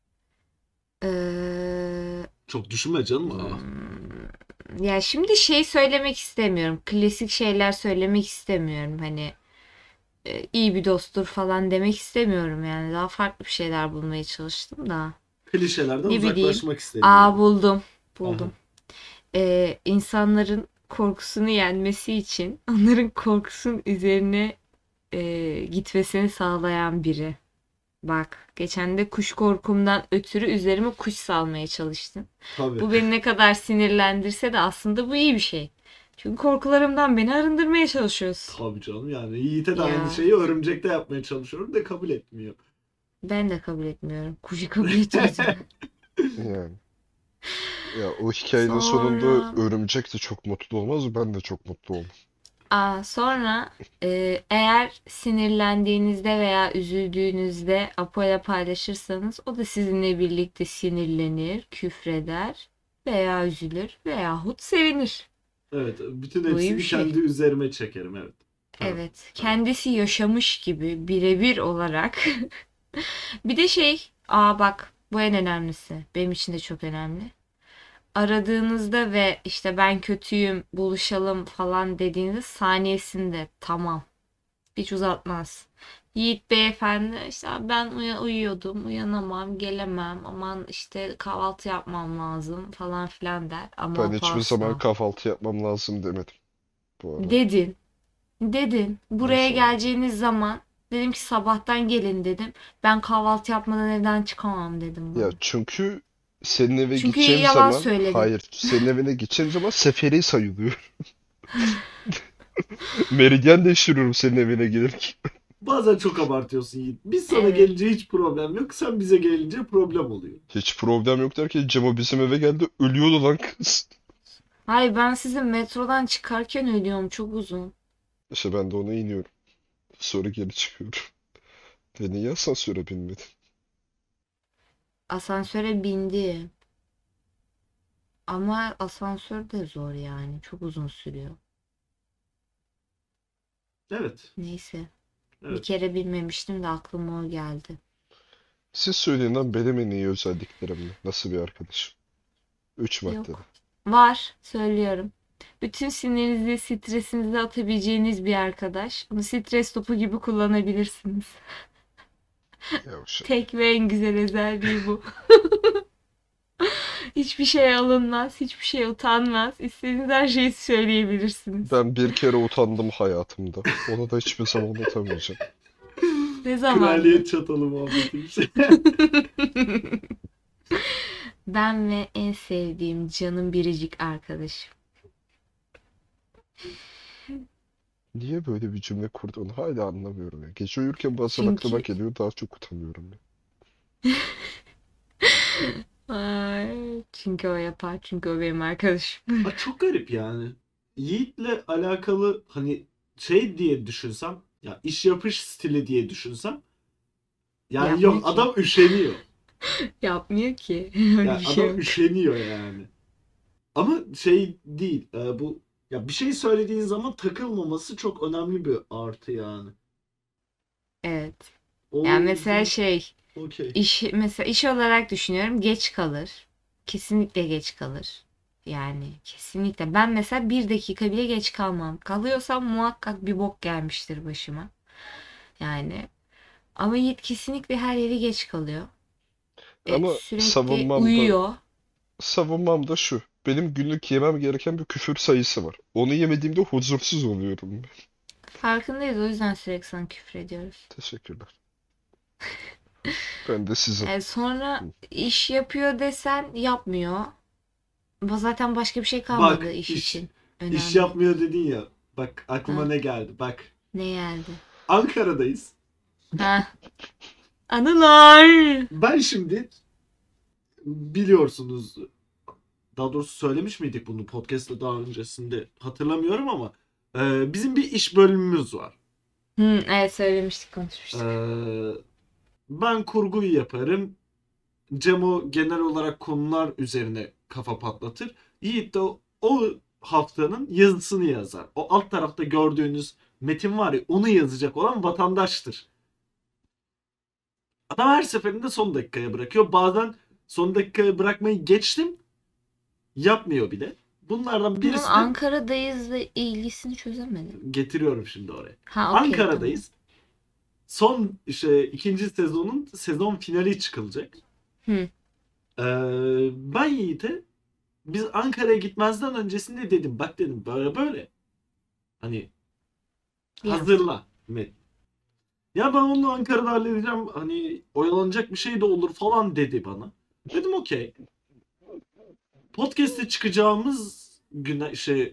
Ee, Çok düşünme canım. Aa. Ya şimdi şey söylemek istemiyorum. Klasik şeyler söylemek istemiyorum. Hani iyi bir dosttur falan demek istemiyorum yani. Daha farklı bir şeyler bulmaya çalıştım da. Klişelerden Ne bileyim. uzaklaşmak istedin Aa, yani. buldum. Aha. Buldum. İnsanların korkusunu yenmesi için onların korkusun üzerine gitmesini sağlayan biri. Bak, geçen de kuş korkumdan ötürü üzerime kuş salmaya çalıştın. Tabii. Bu beni ne kadar sinirlendirse de aslında bu iyi bir şey. Çünkü korkularımdan beni arındırmaya çalışıyorsun. Tabii canım yani. Yiğit'e de aynı Ya şeyi örümcekte yapmaya çalışıyorum da kabul etmiyor. ben de kabul etmiyorum. Kuşu kabul etmedim. Yani. Ya o hikayenin sonunda Sonra örümcek de çok mutlu olmaz, ben de çok mutlu oldum. sonra eğer sinirlendiğinizde veya üzüldüğünüzde Apo ile paylaşırsanız o da sizinle birlikte sinirlenir, küfreder veya üzülür veyahut sevinir. Evet, bütün Bu iyi bir hepsini şey. kendi üzerime çekerim. Evet. Tamam. Evet, Tamam. kendisi yaşamış gibi birebir olarak. Bir de şey, bak bu en önemlisi. Benim için de çok önemli. Aradığınızda ve işte ben kötüyüm, buluşalım falan dediğinizde saniyesinde tamam. Hiç uzatmaz. Yiğit beyefendi işte "Abi ben uyuyordum, uyanamam, gelemem, aman işte kahvaltı yapmam lazım falan filan der. Ama Ben o hiçbir zaman asla. kahvaltı yapmam lazım demedim bu arada. Dedin. Dedin. Buraya Nasıl ama? geleceğiniz zaman dedim ki sabahtan gelin dedim. Ben kahvaltı yapmadan evden çıkamam dedim Ya bana. çünkü senin eve Çünkü gideceğim yalan zaman, söyledin. hayır, senin evine gideceğim zaman seferi sayılıyor. Meridyen değiştiriyorum senin evine gelirken. Bazen çok abartıyorsun Yiğit. Biz sana Evet. gelince hiç problem yok. Sen bize gelince problem oluyor. Hiç problem yok derken Cemo bizim eve geldi, ölüyordu lan kız. Hayır, ben sizin metrodan çıkarken ölüyorum, çok uzun. İşte ben de ona iniyorum. Sonra geri çıkıyorum. Ve niye asansöre binmedin? Asansöre bindi. Ama asansör de zor yani. Çok uzun sürüyor. Evet. Neyse. Bir Evet. kere bilmemiştim de aklıma o geldi. Siz söyleyin lan, benim en iyi özelliklerim ne? Nasıl bir arkadaşım? 3 maddede. Yok. Var. Söylüyorum. Bütün sinirinizi, stresinizi atabileceğiniz bir arkadaş. Bunu stres topu gibi kullanabilirsiniz. Yavşak. Tek ve en güzel özelliği bu. Hiçbir şey alınmaz, hiçbir şey utanmaz. İstediğiniz her şeyi söyleyebilirsiniz. Ben bir kere utandım hayatımda. Onu da hiçbir zaman unutamayacağım. Ne zamandı? Kraliyet çatalı muhabbeti işte. Ben ve en sevdiğim canım biricik arkadaşım. Niye böyle bir cümle kurduğunu hala anlamıyorum ya. Gece uyurken bazen aklıma Çünkü geliyor, daha çok utanıyorum ya. Ay, çünkü o yapar. Çünkü o benim arkadaşım. Çok garip yani. Yiğit'le alakalı hani şey diye düşünsem, ya iş yapış stili diye düşünsem, yani yok, Yapmıyor ki. adam üşeniyor. Yapmıyor ki. Öyle Yani bir şey adam yok. üşeniyor yani. Ama şey değil. Bu ya bir şey söylediğin zaman takılmaması çok önemli bir artı yani. Evet. O Yani mesela yüzden şey, okey. mesela iş olarak düşünüyorum, geç kalır. Kesinlikle geç kalır. Yani kesinlikle. Ben mesela 1 dakika bile geç kalmam. Kalıyorsam muhakkak bir bok gelmiştir başıma. Yani. Ama Yiğit kesinlikle her yere geç kalıyor. Ama Sürekli uyuyor. savunmam da şu. Benim günlük yemem gereken bir küfür sayısı var. Onu yemediğimde huzursuz oluyorum. Farkındayız, o yüzden sürekli sana küfür ediyoruz. Teşekkürler. Ben de sizin. Sonra iş yapıyor desen yapmıyor. Zaten başka bir şey kalmadı Bak iş iş için. iş Önemli. yapmıyor dedin ya. Bak aklıma Ha, ne geldi. Bak, ne geldi? Ankara'dayız. Ha, anılar. Ben şimdi, biliyorsunuz, daha doğrusu söylemiş miydik bunu podcast'ta daha öncesinde hatırlamıyorum ama bizim bir iş bölümümüz var. Evet, söylemiştik, konuşmuştuk. E, Ben kurguyu yaparım. Cemo genel olarak konular üzerine kafa patlatır. Yiğit de o haftanın yazısını yazar. O alt tarafta gördüğünüz metin var ya, onu yazacak olan vatandaştır. Adam her seferinde son dakikaya bırakıyor. Bazen son dakikaya bırakmayı geçtim, yapmıyor bile. Bunlardan Bunun birisi de, Ankara'dayızla ilgisini çözemedim. getiriyorum şimdi oraya. Ha, okey, tamam. Ankara'dayız. Son işte ikinci sezonun sezon finali çıkılacak. Hı, Ben Yiğit'e, biz Ankara'ya gitmezden öncesinde dedim, bak dedim, böyle böyle. Hani yaz. hazırla. Ya ben onu Ankara'da halledeceğim. Hani oyalanacak bir şey de olur falan dedi bana. Dedim okey. Podcast'te çıkacağımız güne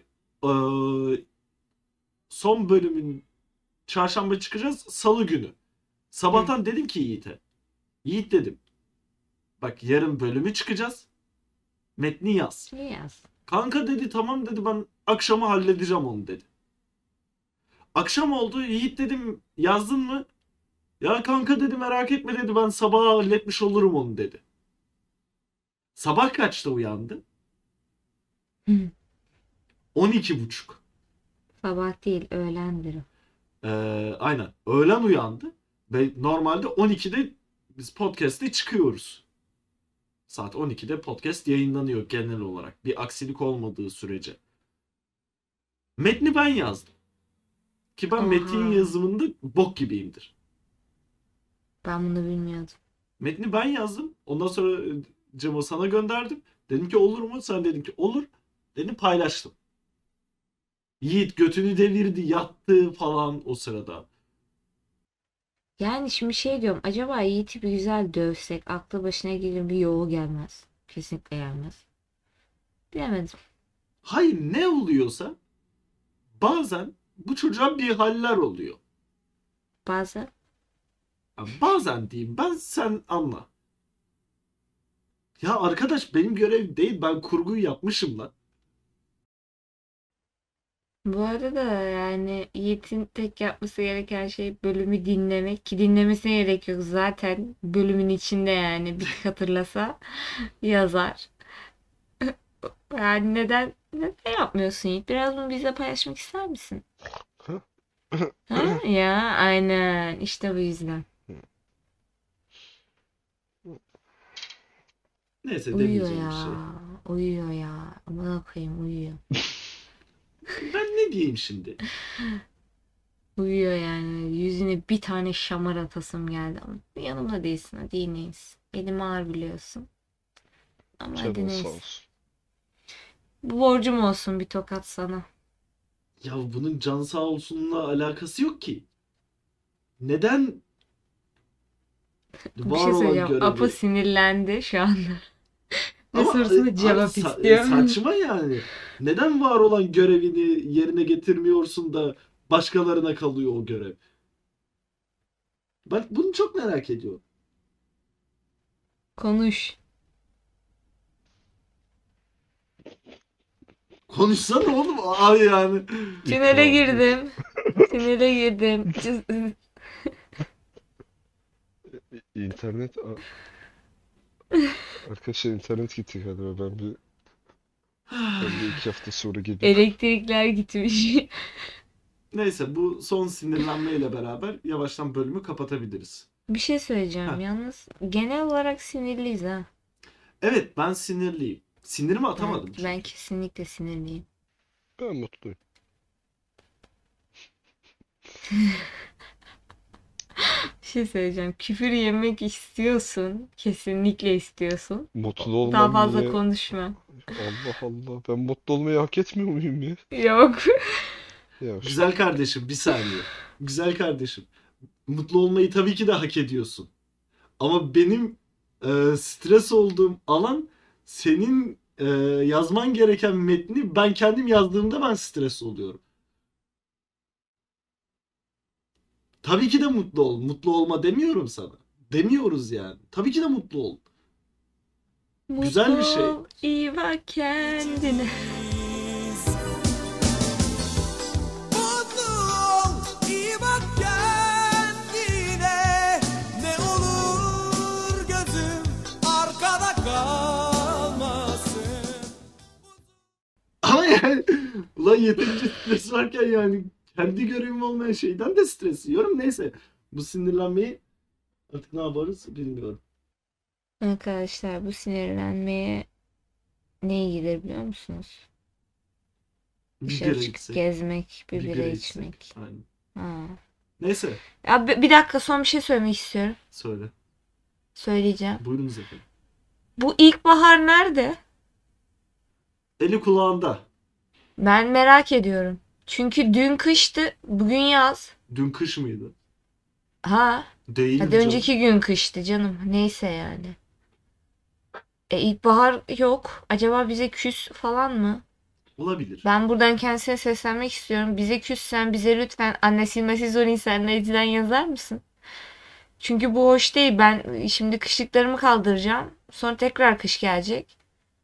son bölümün çarşamba çıkacağız. Salı günü. Hı, Sabahtan dedim ki Yiğit'e. Yiğit dedim. Bak yarın bölümü çıkacağız. Metni yaz. yaz. Kanka dedi, tamam dedi, ben akşama halledeceğim onu dedi. Akşam oldu. Yiğit dedim, yazdın mı? Ya kanka dedi, merak etme dedi, ben sabah halletmiş olurum onu dedi. Sabah kaçta uyandı? Hı. 12.30. Sabah değil, öğlendir o. Aynen. Öğlen uyandı. Ve normalde 12'de biz podcast'te çıkıyoruz. Saat 12'de podcast yayınlanıyor genel olarak. Bir aksilik olmadığı sürece. Metni ben yazdım. Ki ben metin Oha. yazımında bok gibiyimdir. Ben bunu bilmiyordum. Metni ben yazdım. Ondan sonra Cemo sana gönderdim. Dedim ki olur mu? Sen dedin ki olur. Dedim, paylaştım. Yiğit götünü devirdi, yattı falan o sırada. Yani şimdi şey diyorum. Acaba Yiğit'i bir güzel dövsek aklı başına gelir bir yolu gelmez. Kesinlikle gelmez. Bilemedim. Hayır, ne oluyorsa bazen bu çocuğa bir haller oluyor. Bazen. Ya bazen diyeyim ben, sen anla. Ya arkadaş, benim görev değil, ben kurguyu yapmışım lan. Bu arada yani Yiğit'in tek yapması gereken şey bölümü dinlemek. Ki dinlemesine gerek yok. Zaten bölümün içinde yani bir tık hatırlasa yazar. Yani neden yapmıyorsun Yiğit? Biraz bunu bizle paylaşmak ister misin? Ha? Ya aynen. İşte bu yüzden. Neyse, Uyuyor demeyeceğim bir ya. şey. Uyuyor ya. Aman koyayım, uyuyor. Ben ne diyeyim şimdi? Uyuyor yani. Yüzüne bir tane şamar atasım geldi. Ama yanımda değilsin. Hadi yine iyisin. Elim ağır biliyorsun. Ama hadi Canın sağ neyse. olsun. Bu borcum olsun bir tokat sana. Ya bunun can sağ olsunla alakası yok ki. Neden Bir var şey olan söyleyeceğim. Apo görevi? sinirlendi şu anda. Ve Ama sorusuna abi cevap istiyor. saçma yani. Neden var olan görevini yerine getirmiyorsun da başkalarına kalıyor o görev? Ben bunu çok merak ediyorum. Konuş. Konuşsana oğlum. Ay yani. Tünele Tamam. girdim. Tünele girdim. İnternet... Arkadaşlar internet gitti galiba. Ben bir 2 hafta sonra geleyim. Elektrikler gitmiş. Neyse bu son sinirlenmeyle beraber yavaştan bölümü kapatabiliriz. Bir şey söyleyeceğim. Heh. Yalnız genel olarak sinirliyiz ha. Evet ben sinirliyim. Sinirimi atamadım Ben çünkü. kesinlikle sinirliyim. Ben mutluyum. Bir şey söyleyeceğim. Küfür yemek istiyorsun. Kesinlikle istiyorsun. Mutlu Daha olmam fazla niye? konuşma. Allah Allah. Ben mutlu olmayı hak etmiyor muyum ya? Yok. Ya Güzel kardeşim bir saniye. Güzel kardeşim. Mutlu olmayı tabii ki de hak ediyorsun. Ama benim stres olduğum alan senin yazman gereken metni ben kendim yazdığımda ben stres oluyorum. Tabii ki de mutlu ol. Mutlu olma demiyorum sana. Demiyoruz yani. Tabii ki de mutlu ol. Güzel bir şey. Mutlu ol, iyi bak kendine. Mutlu ol, iyi bak kendine. Ne olur gözüm arkada kalmasın. Ama yani ulan yeterince stres varken yani kendi görevim olmayan şeyden de stres yiyorum. Neyse bu sinirlenmeyi artık ne yaparız bilmiyorum. Arkadaşlar bu sinirlenmeye ne iyi gelir biliyor musunuz? Bir Dışarı bira çıkıp içsek. gezmek, bir Bir bira bira içmek. içsek. Aynen. Ha. Neyse Ya bir dakika son bir şey söylemek istiyorum. söyle. Söyleyeceğim. Buyurunuz efendim. Bu ilkbahar nerede? Eli kulağında. Ben merak ediyorum. Çünkü dün kıştı, bugün yaz. Dün kış mıydı? Ha, Değildi hadi canım. önceki gün kıştı canım. Neyse yani. İlkbahar yok. Acaba bize küs falan mı? Olabilir. Ben buradan kendisine seslenmek istiyorum. Bize küssen bize lütfen anne silmesi zor insanlardan yazar mısın? Çünkü bu hoş değil. Ben şimdi kışlıklarımı kaldıracağım. Sonra tekrar kış gelecek.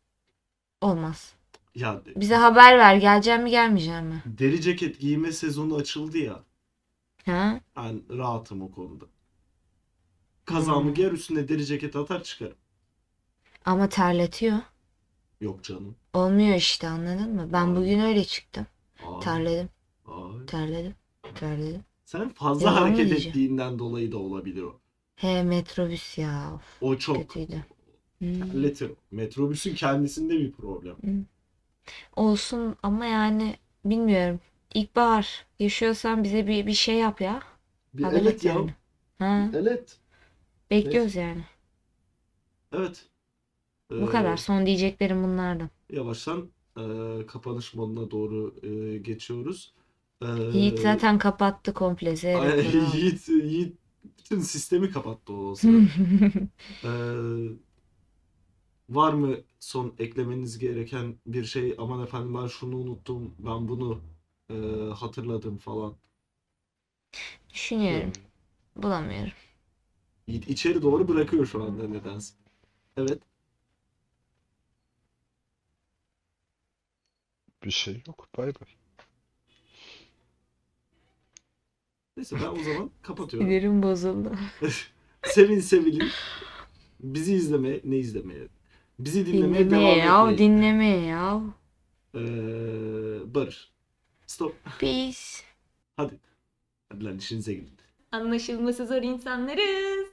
Olmaz. Ya Bize haber ver. Geleceğim mi gelmeyeceğim mi? deri ceket giyme sezonu açıldı ya. Ha? Ben rahatım o konuda. Kazağımı giyer üstüne deri ceket atar çıkarım. Ama terletiyor. Yok canım. Olmuyor işte anladın mı? Ben Ay. bugün öyle çıktım. Ay, Terledim. ay. Terledim. Terledim. Sen fazla Devam mı hareket diyeceğim? ettiğinden dolayı da olabilir o. He metrobüs ya. Of, O çok kötüydü. Hmm. terletir. Metrobüsün kendisinde bir problem. Olsun ama yani bilmiyorum. İlkbahar yaşıyorsan bize bir şey yap ya. Bir Haber evet et ya. yani. Ha, Evet. bekliyoruz yani. Evet. Bu kadar. Son diyeceklerim bunlardı. Yavaştan kapanış moduna doğru geçiyoruz. Yiğit zaten kapattı komple. Ay, Zeyrekleri aldı. Yiğit bütün sistemi kapattı o sırada. Var mı son eklemeniz gereken bir şey? Aman efendim ben şunu unuttum, ben bunu hatırladım falan. Düşünüyorum. Bulamıyorum. Yiğit içeri doğru bırakıyor şu anda nedense. Evet. bir şey yok. Bay bay. Neyse ben o zaman kapatıyorum. Sinirim bozuldu. Sevin sevilin. Bizi izlemeye, ne izlemeye? Bizi dinlemeye Dinlemeye devam ya. etmeyi. Dinlemeye ya. Barış. Stop. Peace. Hadi. Hadi lan işinize gidin. Anlaşılması zor insanlarız.